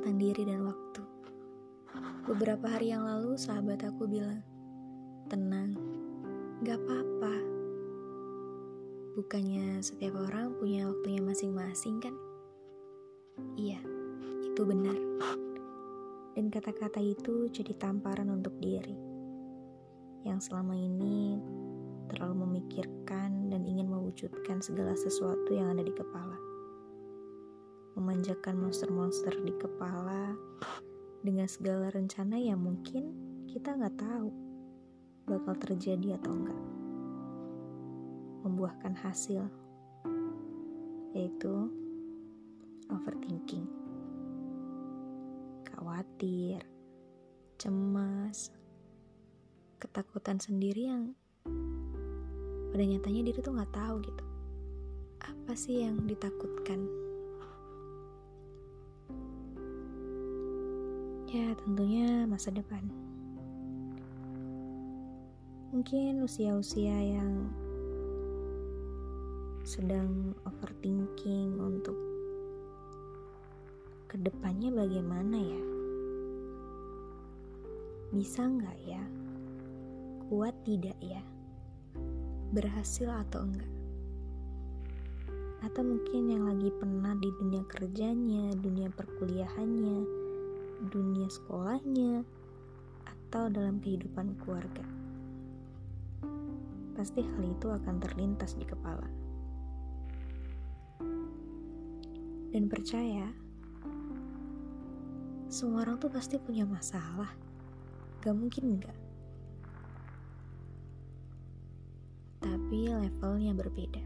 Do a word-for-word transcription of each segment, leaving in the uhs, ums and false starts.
tentang diri dan waktu. Beberapa hari yang lalu sahabat aku bilang, tenang, gak apa-apa. Bukannya setiap orang punya waktunya masing-masing kan? Iya, itu benar. Dan kata-kata itu jadi tamparan untuk diri yang selama ini terlalu memikirkan dan ingin mewujudkan segala sesuatu yang ada di kepala. Memanjakan monster-monster di kepala dengan segala rencana yang mungkin kita gak tahu bakal terjadi atau enggak. Membuahkan hasil, yaitu overthinking. Khawatir, cemas, ketakutan sendiri yang pada nyatanya diri tuh gak tahu gitu. Apa sih yang ditakutkan? Ya tentunya masa depan. Mungkin usia-usia yang sedang overthinking untuk kedepannya bagaimana ya? Bisa nggak ya? Kuat tidak ya? Berhasil atau enggak? Atau mungkin yang lagi penat di dunia kerjanya, dunia perkuliahannya, dunia sekolahnya, atau dalam kehidupan keluarga. Pasti hal itu akan terlintas di kepala. Dan percaya, semua orang tuh pasti punya masalah. Gak mungkin enggak. Tapi levelnya berbeda.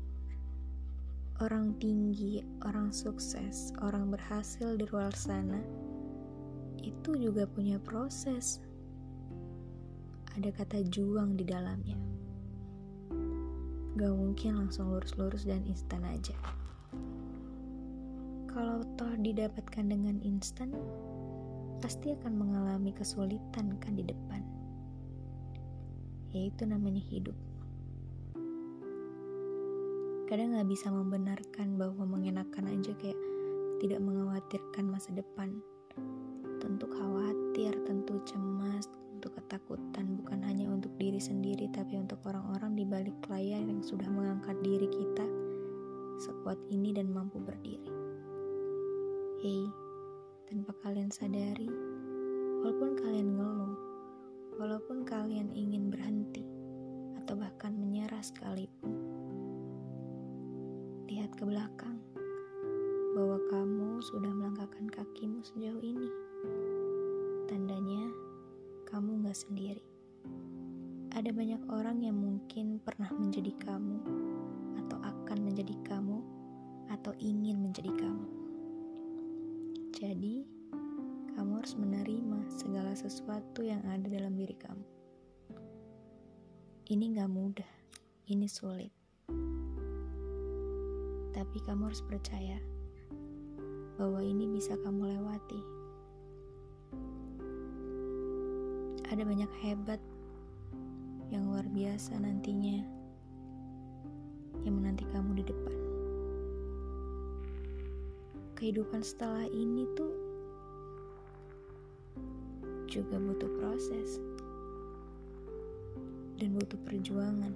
Orang tinggi, orang sukses, orang berhasil di luar sana, itu juga punya proses. Ada kata juang di dalamnya. Gak mungkin langsung lurus-lurus dan instan aja. Kalau toh didapatkan dengan instan, pasti akan mengalami kesulitan kan di depan. Yaitu namanya hidup. Kadang gak bisa membenarkan bahwa mengenakan aja kayak tidak mengkhawatirkan masa depan. Tentu khawatir, tentu cemas, tentu ketakutan, bukan hanya untuk diri sendiri, tapi untuk orang-orang di balik layar yang sudah mengangkat diri kita sekuat ini dan mampu berdiri. Hei, tanpa kalian sadari, walaupun kalian ngeluh, walaupun kalian ingin berhenti, atau bahkan menyerah sekalipun, lihat ke belakang, bahwa kamu sudah melangkahkan kakimu sejauh ini. Tandanya, kamu gak sendiri. Ada banyak orang yang mungkin pernah menjadi kamu, atau akan menjadi kamu, atau ingin menjadi kamu. Jadi, kamu harus menerima segala sesuatu yang ada dalam diri kamu. Ini gak mudah, ini sulit. Tapi kamu harus percaya bahwa ini bisa kamu lewati. Ada banyak hebat yang luar biasa nantinya yang menanti kamu di depan. Kehidupan setelah ini tuh juga butuh proses dan butuh perjuangan.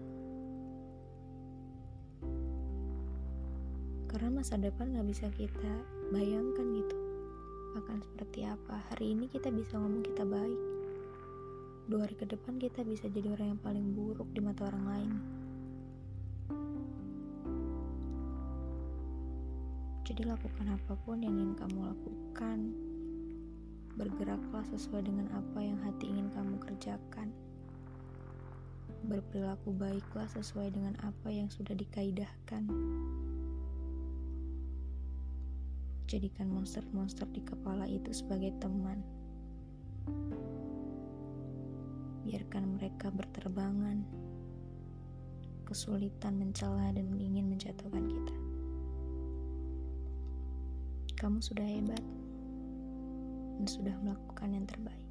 Karena masa depan gak bisa kita bayangkan gitu akan seperti apa. Hari ini kita bisa ngomong kita baik, dua hari ke depan kita bisa jadi orang yang paling buruk di mata orang lain. Jadi lakukan apapun yang ingin kamu lakukan. Bergeraklah sesuai dengan apa yang hati ingin kamu kerjakan. Berperilaku baiklah sesuai dengan apa yang sudah dikaidahkan. Jadikan monster-monster di kepala itu sebagai teman. Biarkan mereka berterbangan, kesulitan mencela dan ingin menjatuhkan kita. Kamu sudah hebat dan sudah melakukan yang terbaik.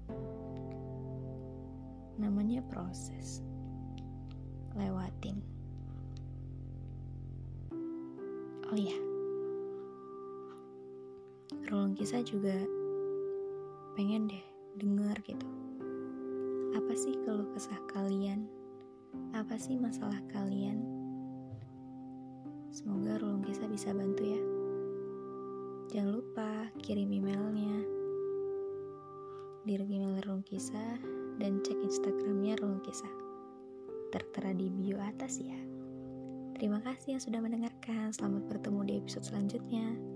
Namanya proses. Lewatin. Oh iya, Relung Kisah juga pengen deh denger gitu. Apa sih keluh kesah kalian? Apa sih masalah kalian? Semoga Relung Kisah bisa bantu ya. Jangan lupa kirim emailnya di email Relung Kisah dan cek Instagramnya Relung Kisah. Tertera di bio atas ya. Terima kasih yang sudah mendengarkan. Selamat bertemu di episode selanjutnya.